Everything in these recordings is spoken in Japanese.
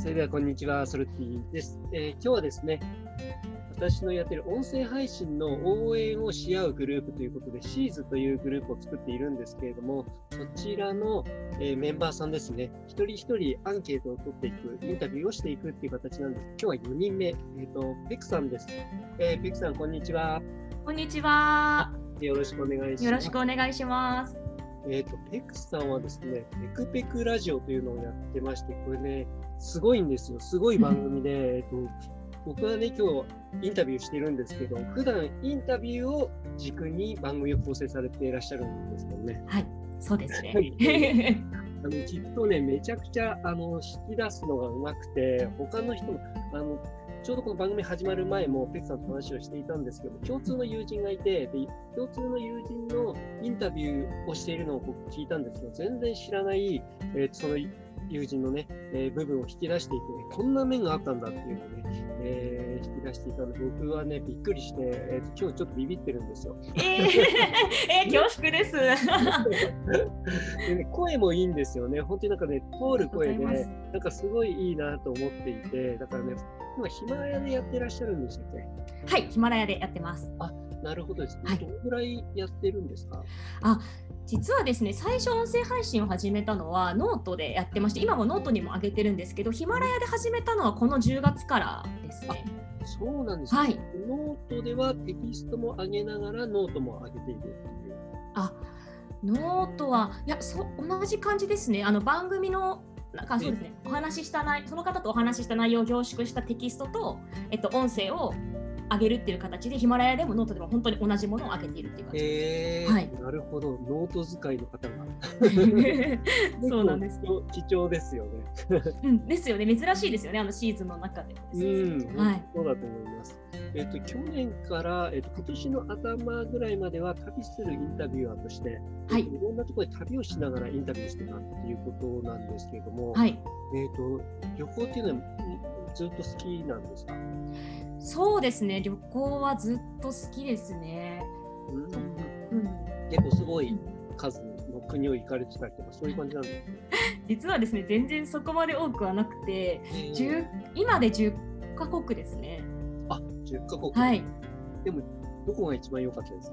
それではこんにちは、ソルティです。今日はですね、私のやっている音声配信の応援をし合うグループということで、シーズというグループを作っているんですけれども、そちらの、メンバーさんですね、一人一人アンケートを取っていく、インタビューをしていくっていう形なんです。今日は4人目、ペクさんです。ペクさん、こんにちは。 こんにちは。 よろしくお願いします。 よろしくお願いします。 ペクさんはですね、ペクペクラジオというのをやってまして、これね、すごいんですよ。すごい番組で、僕はね、今日インタビューしてるんですけど、普段インタビューを軸に番組を構成されていらっしゃるんですよね。 はい、そうですね。 きっとね、めちゃくちゃ引き出すのがうまくて、他の人もちょうどこの番組始まる前もペクさんと話をしていたんですけど、共通の友人がいて、で共通の友人のインタビューをしているのを僕聞いたんですけど、全然知らない、その友人のね、部分を引き出していて、こんな面があったんだっていうのをね、引き出していたので、僕はね、びっくりして、今日ちょっとビビってるんですよ。 恐縮です。 でね、声もいいんですよね。本当になんかね、通る声で、なんかすごいいいなと思っていて、だからね、今ヒマラヤでやってらっしゃるんでしたっけ？ はい、ヒマラヤでやってます。 あ、なるほどですね。 はい、 どのぐらいやってるんですか？ 実はですね、最初音声配信を始めたのはノートでやってまして、今もノートにも上げてるんですけど、ヒマラヤで始めたのはこの10月からですね。 そうなんですね。 はい、 ノートではテキストも上げながらノートも上げているっていう。 ノートは同じ感じですね。番組のそうですね、その方とお話しした内容を凝縮したテキストと、音声を上げるっていう形で、ヒマラヤでもノートでも本当に同じものを上げているっていう感じです。 はい、なるほど、ノート使いの方がそうなんです。 貴重ですよね。ですよね、珍しいですよね、シーズンの中で。 はい、そうだと思います。去年から、今年の頭ぐらいまでは旅するインタビュアーとして、いろんなところで旅をしながらインタビューしてたっていうことなんですけれども、旅行っていうのはずっと好きなんですか？ そうですね、旅行はずっと好きですね。 結構すごい数の国を行かれてたりとか、そういう感じなんですね。 実はですね、全然そこまで多くはなくて、今で10カ国ですね。 10カ国。 はい。 でも、どこが一番良かったですか？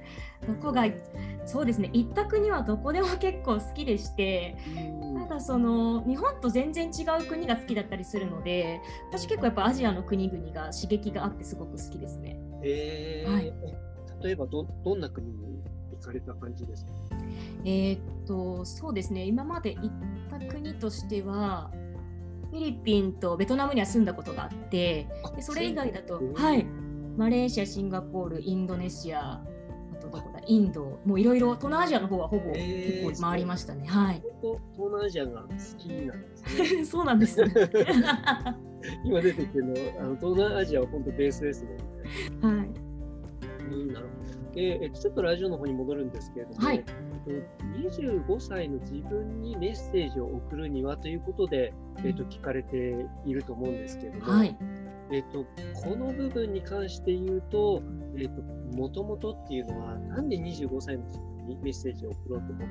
そうですね、行った国はどこでも結構好きでして、ただ日本と全然違う国が好きだったりするので、私結構やっぱアジアの国々が刺激があってすごく好きですね。 例えばどんな国に行かれた感じですか？ そうですね、今まで行った国としてはフィリピンとベトナムには住んだことがあって、でそれ以外だと、マレーシア、シンガポール、インドネシア、あとどこだ、インド、もういろいろ東南アジアの方はほぼ結構回りましたね。はい。 東南アジアが好きなんですね。 そうなんです。 今出てきてるの東南アジアは本当ベースですもんね。 はい。 なるほど。ちょっとラジオの方に戻るんですけれども、25歳の自分にメッセージを送るにはということで、聞かれていると思うんですけれども、この部分に関して言うと、もともとっていうのは、なんで25歳の自分にメッセージを送ろうと思って、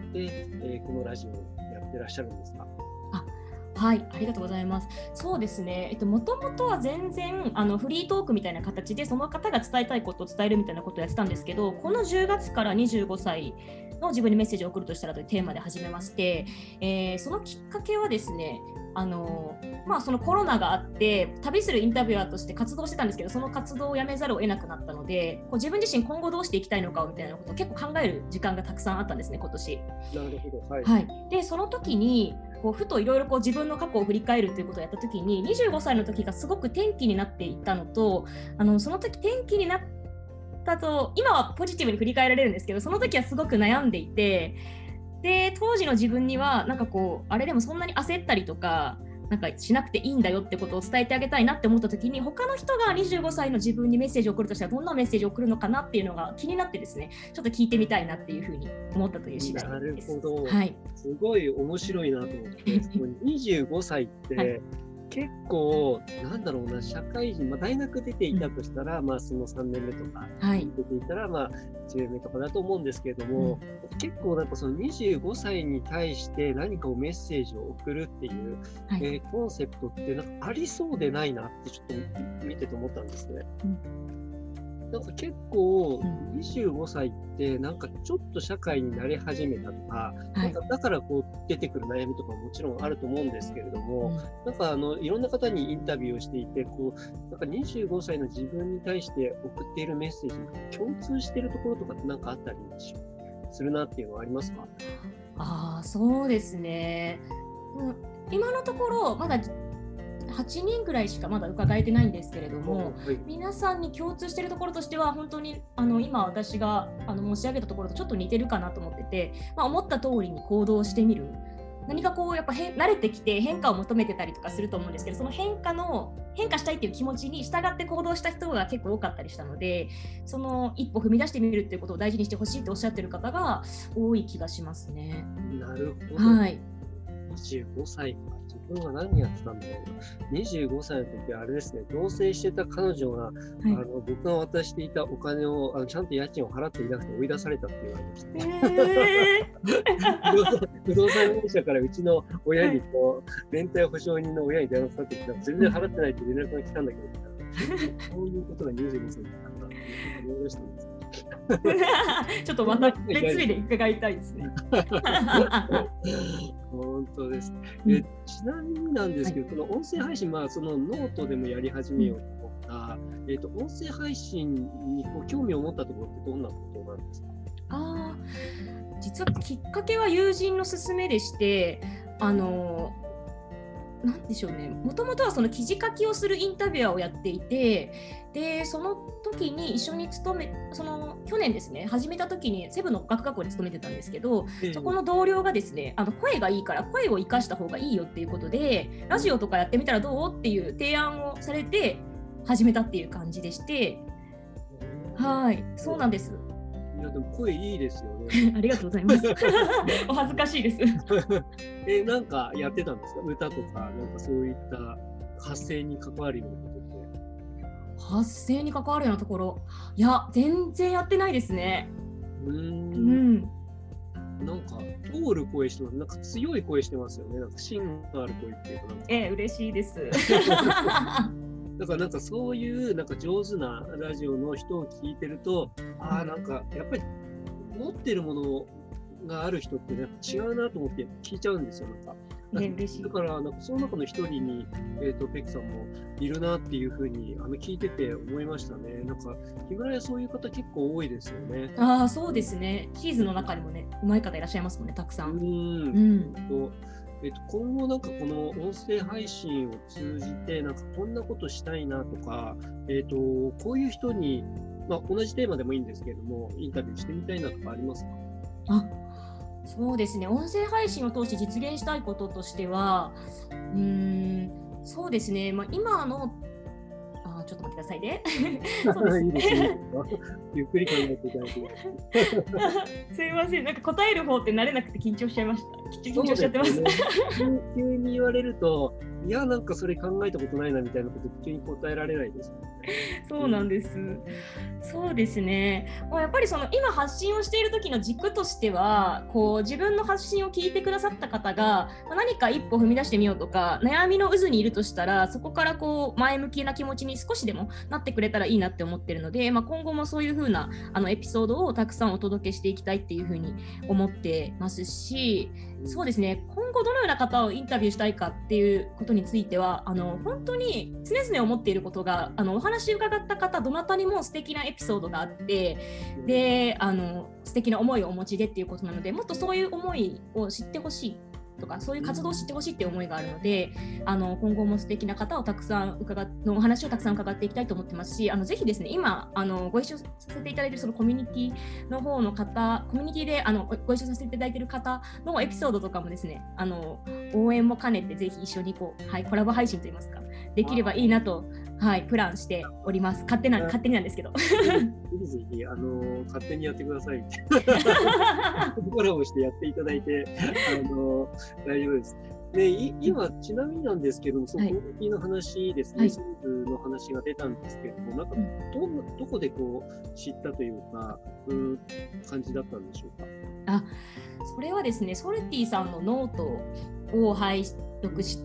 このラジオをやってらっしゃるんですか？ はい、ありがとうございます。そうですね、もともとは全然フリートークみたいな形でその方が伝えたいことを伝えるみたいなことをやってたんですけど、この10月から25歳の自分にメッセージを送るとしたらというテーマで始めまして、そのきっかけはですね、そのコロナがあって旅するインタビュアーとして活動してたんですけど、その活動をやめざるを得なくなったので、自分自身今後どうしていきたいのかみたいなことを結構考える時間がたくさんあったんですね、今年。 なるほど。 はい。でその時にふといろいろ自分の過去を振り返るということをやった時に、25歳の時がすごく転機になっていったのと、その時転機になったと今はポジティブに振り返られるんですけど、その時はすごく悩んでいて、で当時の自分にはあれでもそんなに焦ったりとかしなくていいんだよってことを伝えてあげたいなって思った時に、他の人が25歳の自分にメッセージを送るとしたらどんなメッセージを送るのかなっていうのが気になってですね、ちょっと聞いてみたいなっていうふうに思ったという次第です。 なるほど、すごい面白いなと思って25歳って、 結構、なんだろうな、社会人、大学出ていたとしたら、その3年目とか、出ていたら、1年目とかだと思うんですけれども、結構なんかその25歳に対して何かをメッセージを送るっていう、コンセプトってなんかありそうでないなってちょっと見てて思ったんですね。なんか結構25歳ってなんかちょっと社会に慣れ始めたとか、なんかだからこう出てくる悩みとかももちろんあると思うんですけれども、なんかいろんな方にインタビューをしていて、こうなんか25歳の自分に対して送っているメッセージが共通しているところとかってなんかあったりするなっていうのはありますか？ そうですね。今のところまだ8人ぐらいしかまだ伺えてないんですけれども、皆さんに共通しているところとしては本当に今私が申し上げたところとちょっと似てるかなと思ってて、思った通りに行動してみる。何かこうやっぱ慣れてきて変化を求めてたりとかすると思うんですけど、その変化したいっていう気持ちに従って行動した人が結構多かったりしたので、その一歩踏み出してみるっていうことを大事にしてほしいっておっしゃってる方が多い気がしますね。 なるほど。25歳か。自分は何やってたんだろうな。25歳の時はあれですね、同棲してた彼女が、僕が渡していたお金をちゃんと家賃を払っていなくて追い出されたって言われました。不動産会社からうちの親に連帯保証人の親に電話かかってきたら全然払ってないって連絡が来たんだけど、そういうことが25歳だったんだって思い出したんです。 ちょっとまた別日で伺いたいですね。 本当です。ちなみになんですけど、この音声配信、そのノートでもやり始めようと思った、音声配信に興味を持ったところってどんなことなんですか？ 実はきっかけは友人の勧めでして、なんでしょうね、もともとはその記事書きをするインタビュアーをやっていて、でその時に一緒に去年ですね、始めた時にセブの語学学校に勤めてたんですけど、そこの同僚がですね、声がいいから声を生かした方がいいよっていうことで、ラジオとかやってみたらどうっていう提案をされて始めたっていう感じでして、そうなんです。 いやでも声いいですよね。 ありがとうございます。お恥ずかしいです。 なんかやってたんですか？歌とか、なんかそういった発声に関わるようなことって。 発声に関わるようなところ、いや全然やってないですね。 なんか通る声してます。なんか強い声してますよね。なんか芯のある声っていうかなんか。 嬉しいです。 だからなんかそういうなんか上手なラジオの人を聞いてると、なんかやっぱり持ってるものがある人ってね、違うなと思って聞いちゃうんですよ。だからなんかその中の一人にペクさんもいるなっていうふうに聞いてて思いましたね。なんかヒマラヤそういう方結構多いですよね。 そうですね。シーズンの中にもね、うまい方いらっしゃいますもんね、たくさん。 今後なんかこの音声配信を通じてなんかこんなことしたいなとか、こういう人に、同じテーマでもいいんですけれどもインタビューしてみたいなとかありますか？ そうですね。音声配信を通して実現したいこととしては、そうですね。今のちょっと待ってくださいね。そうですね。 ゆっくり考えていただいて。 すいません。なんか答える方って慣れなくて緊張しちゃいました。緊張しちゃってます。 急に言われると、いやなんかそれ考えたことないなみたいなこと急に答えられないですよね。 そうなんです。そうですね。やっぱりその今発信をしている時の軸としては、自分の発信を聞いてくださった方が何か一歩踏み出してみようとか悩みの渦にいるとしたら、そこから前向きな気持ちに少しでもなってくれたらいいなって思ってるので、今後もそういう風なエピソードをたくさんお届けしていきたいっていう風に思ってますし、そうですね。今後どのような方をインタビューしたいかっていうことについては本当に常々思っていることがお話伺った方どなたにも素敵なエピソードがあって、で素敵な思いをお持ちでっていうことなので、もっとそういう思いを知ってほしいとか、そういう活動を知ってほしいっていう思いがあるので、今後も素敵な方をたくさんのお話をたくさん伺っていきたいと思ってますし、ぜひですね、今ご一緒させていただいているそのコミュニティの方の方、コミュニティでご一緒させていただいている方のエピソードとかもですね、応援も兼ねてぜひ一緒にコラボ配信といいますかできればいいなと、プランしております。勝手になんですけど。ぜひ勝手にやってくださいって。コラボしてやっていただいて大丈夫です。 今、ちなみになんですけども、そのクオリティの話ですね、シーズの話が出たんですけれども、なんかどこでこう知ったというか、感じだったんでしょうか。 それはですね、ソルティさんのノートを拝読して、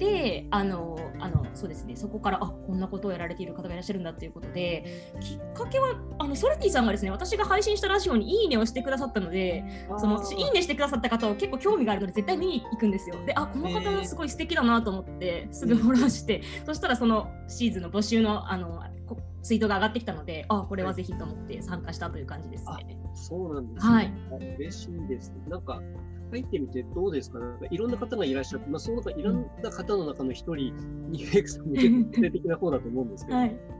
そうですね、そこからこんなことをやられている方がいらっしゃるんだということで、きっかけはソルティさんがですね、私が配信したラジオにいいねをしてくださったので、私いいねしてくださった方を結構興味があるので絶対見に行くんですよ。で、この方すごい素敵だなと思ってすぐフォローして、そしたらそのシーズンの募集のツイートが上がってきたので、これはぜひと思って参加したという感じですね。 そうなんですね。嬉しいです。なんか入ってみてどうですか。なんかいろんな方がいらっしゃって、その中いろんな方の中の一人にフェイクさんも結構個性的な方だと思うんですけど。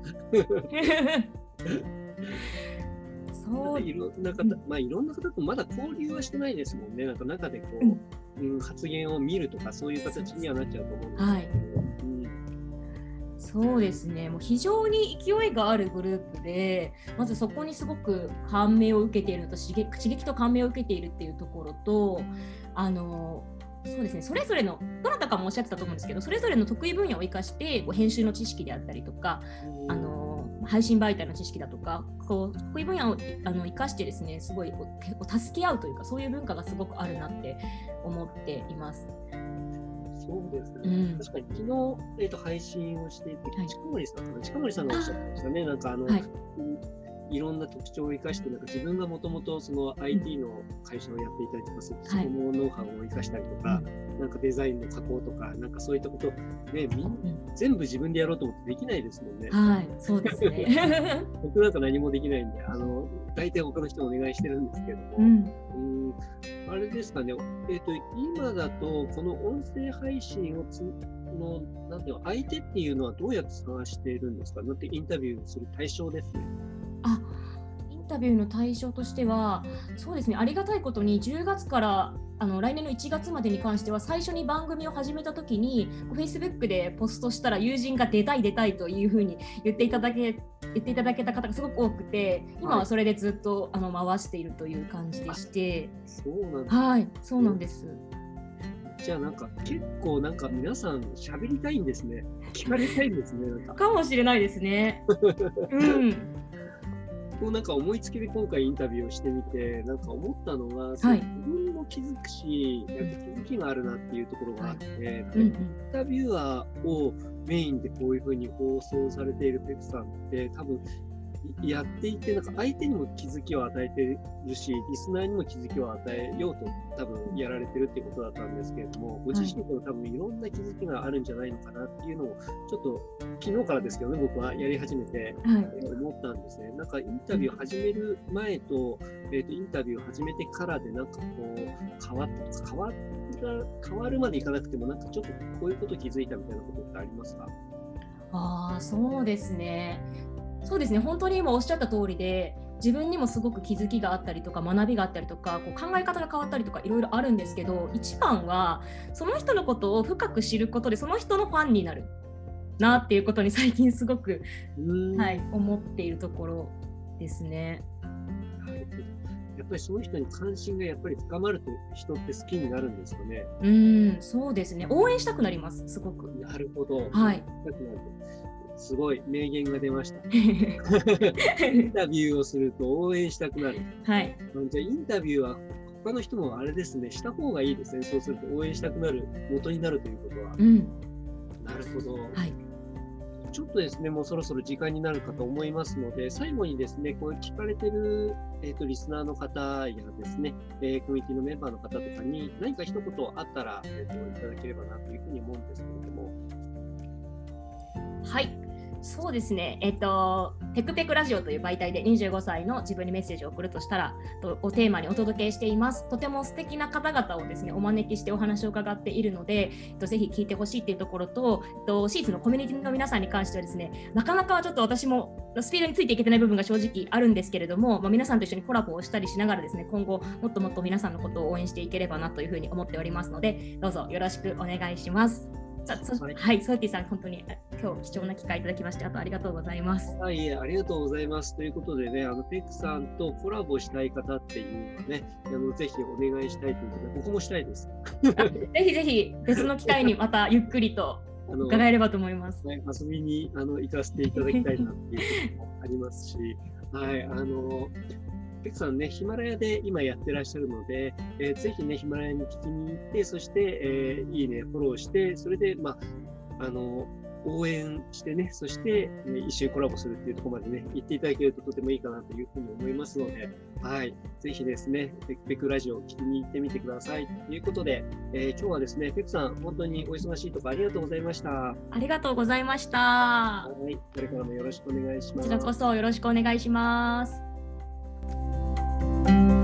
そういろんな方、いろんな方とまだ交流はしてないですもんね。なんか中でこう、発言を見るとかそういう形にはなっちゃうと思うんですけど。 そうですね、もう非常に勢いがあるグループで、まずそこにすごく感銘を受けていると、刺激と感銘を受けているっていうところと、そうですね、それぞれのどなたかもおっしゃってたと思うんですけど、それぞれの得意分野を生かして編集の知識であったりとか、配信媒体の知識だとか、得意分野を生かしてですね、すごい助け合うというか、そういう文化がすごくあるなって思っています。 そうですね。確かに昨日、配信をしていて、近森さんがおっしゃってましたね。なんかいろんな特徴を生かして、なんか自分がもともとその IT の会社をやっていたりとかすると、そのノウハウを生かしたりとか、なんかデザインの加工とか、なんかそういったこと、全部自分でやろうと思ってできないですもんね。 そうですね。 僕なんか何もできないんで、大体他の人にお願いしてるんですけども、あれですかね、今だと、この音声配信なんていうの、相手っていうのはどうやって探しているんですか。なんてインタビューする対象ですね。 インタビューの対象としては、そうですね、ありがたいことに10月から来年の1月までに関しては、最初に番組を始めたときに Facebook でポストしたら、友人が出たいというふうに言っていただけた方がすごく多くて、今はそれでずっと回しているという感じでして。そうなんです。 じゃあなんか結構なんか皆さん喋りたいんですね。聞かれたいんですね。 かもしれないですね。 なんか思いつきで今回インタビューをしてみて、なんか思ったのは、自分も気づくし、気づきがあるなっていうところがあって、インタビュアーをメインでこういうふうに放送されているペクさんって多分やっていて、なんか相手にも気づきを与えてるし、リスナーにも気づきを与えようと多分やられてるっていうことだったんですけれども、ご自身でも多分いろんな気づきがあるんじゃないのかなっていうのをちょっと昨日からですけどね、僕はやり始めて思ったんですね。なんかインタビュー始める前と、インタビュー始めてからでなんかこう変わるまでいかなくても、なんかちょっとこういうこと気づいたみたいなことってありますか？ そうですね。本当に今おっしゃった通りで、自分にもすごく気づきがあったりとか、学びがあったりとか、考え方が変わったりとかいろいろあるんですけど、一番はその人のことを深く知ることで、その人のファンになるなっていうことに最近すごく、思っているところですね。 やっぱりその人に関心がやっぱり深まると人って好きになるんですよね。 そうですね。応援したくなります、すごく。 なるほど。すごい名言が出ました。インタビューをすると応援したくなる。じゃあインタビューは他の人もあれですね、した方がいいですね。そうすると応援したくなる元になるということは。なるほど。ちょっとですね、もうそろそろ時間になるかと思いますので、最後にですね、これ聞かれてる、リスナーの方やですね、コミュニティのメンバーの方とかに何か一言あったら、いただければなというふうに思うんですけれども。 そうですね、テクペクラジオという媒体で25歳の自分にメッセージを送るとしたらをテーマにお届けしています。とても素敵な方々をですねお招きしてお話を伺っているので、ぜひ聞いてほしいというところと、シーズのコミュニティの皆さんに関してはですね、なかなかちょっと私もスピードについていけてない部分が正直あるんですけれども、皆さんと一緒にコラボをしたりしながらですね、今後もっともっと皆さんのことを応援していければなというふうに思っておりますので、どうぞよろしくお願いします。ソルティさん、本当に今日今日貴重な機会いただきまして、ありがとうございます。 はい、ありがとうございます。ということでね、ペクさんとコラボしたい方っていうのはね、ぜひお願いしたいということで、僕もしたいです。 ぜひぜひ別の機会にまたゆっくりと伺えればと思います。 遊びに行かせていただきたいなっていうこともありますし、はい、ペクさんね、ヒマラヤで今やってらっしゃるので、ぜひね、ヒマラヤに聞きに行って、そして、いいね、フォローして、それで、応援してね、そして、一緒にコラボするっていうところまでね、行っていただけるととてもいいかなというふうに思いますので、はい、ぜひですね、ペクラジオを聞きに行ってみてください。ということで、今日はですね、ペクさん、本当にお忙しいところありがとうございました。 ありがとうございました。 はい、これからもよろしくお願いします。 こちらこそよろしくお願いします。